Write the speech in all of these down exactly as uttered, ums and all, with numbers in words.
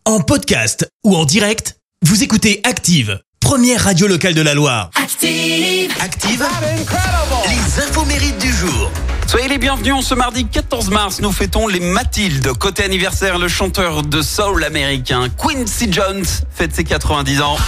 En podcast ou en direct, vous écoutez Active, première radio locale de la Loire. Active, Active, les infos mérites du jour. Soyez les bienvenus, en ce mardi quatorze mars, nous fêtons les Mathildes. Côté anniversaire, le chanteur de soul américain Quincy Jones fête ses quatre-vingt-dix ans.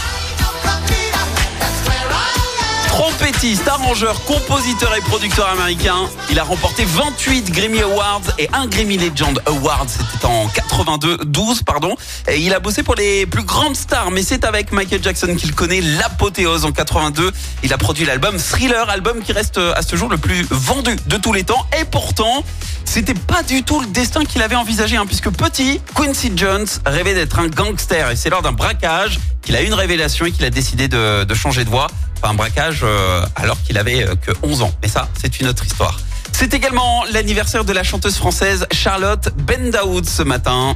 Trompettiste, arrangeur, compositeur et producteur américain, il a remporté vingt-huit Grammy Awards et un Grammy Legend Award, c'était en quatre-vingt-deux, douze pardon. Et il a bossé pour les plus grandes stars, mais c'est avec Michael Jackson qu'il connaît l'apothéose en quatre-vingt-deux. Il a produit l'album Thriller, album qui reste à ce jour le plus vendu de tous les temps. Et pourtant, c'était pas du tout le destin qu'il avait envisagé, hein, puisque petit, Quincy Jones rêvait d'être un gangster. Et c'est lors d'un braquage qu'il a eu une révélation et qu'il a décidé de, de changer de voie. Enfin, un braquage euh, alors qu'il avait euh, que onze ans. Mais ça, c'est une autre histoire. C'est également l'anniversaire de la chanteuse française Charlotte Bendaoud ce matin.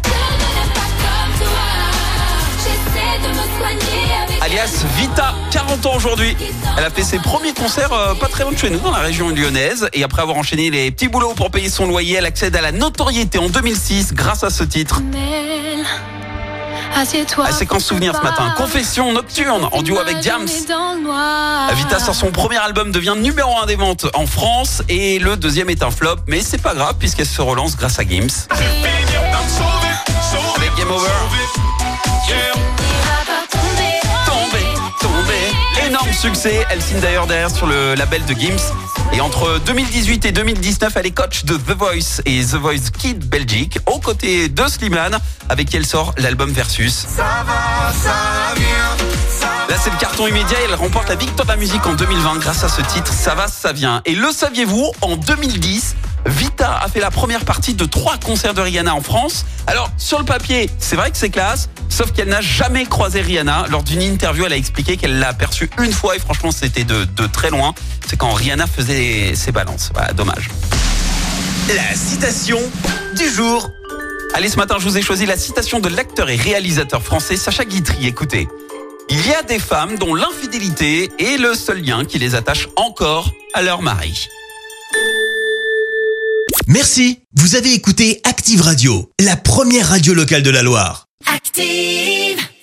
Alias Vita, quarante ans aujourd'hui. Elle a fait ses premiers concerts euh, pas très loin de chez nous, dans la région lyonnaise. Et après avoir enchaîné les petits boulots pour payer son loyer, elle accède à la notoriété en deux mille six grâce à ce titre. La séquence souvenir ce matin. Confession nocturne en duo avec Diams. Vita sort son premier album, devient numéro un des ventes en France. Et le deuxième est un flop, mais c'est pas grave puisqu'elle se relance grâce à Games. Avec Game Over. Énorme succès, elle signe d'ailleurs derrière sur le label de Gims. Et entre deux mille dix-huit et deux mille dix-neuf, elle est coach de The Voice et The Voice Kids Belgique, aux côtés de Slimane, avec qui elle sort l'album Versus. Ça va, ça vient, ça Là, c'est le carton immédiat et elle remporte la victoire de la musique en deux mille vingt grâce à ce titre, Ça va, ça vient. Et le saviez-vous, en deux mille dix, Vita a fait la première partie de trois concerts de Rihanna en France. Alors, sur le papier, c'est vrai que c'est classe, sauf qu'elle n'a jamais croisé Rihanna. Lors d'une interview, elle a expliqué qu'elle l'a aperçue une fois et franchement, c'était de, de très loin. C'est quand Rihanna faisait ses balances. Voilà, dommage. La citation du jour. Allez, ce matin, je vous ai choisi la citation de l'acteur et réalisateur français Sacha Guitry. Écoutez. Il y a des femmes dont l'infidélité est le seul lien qui les attache encore à leur mari. Merci, vous avez écouté Active Radio, la première radio locale de la Loire. Active.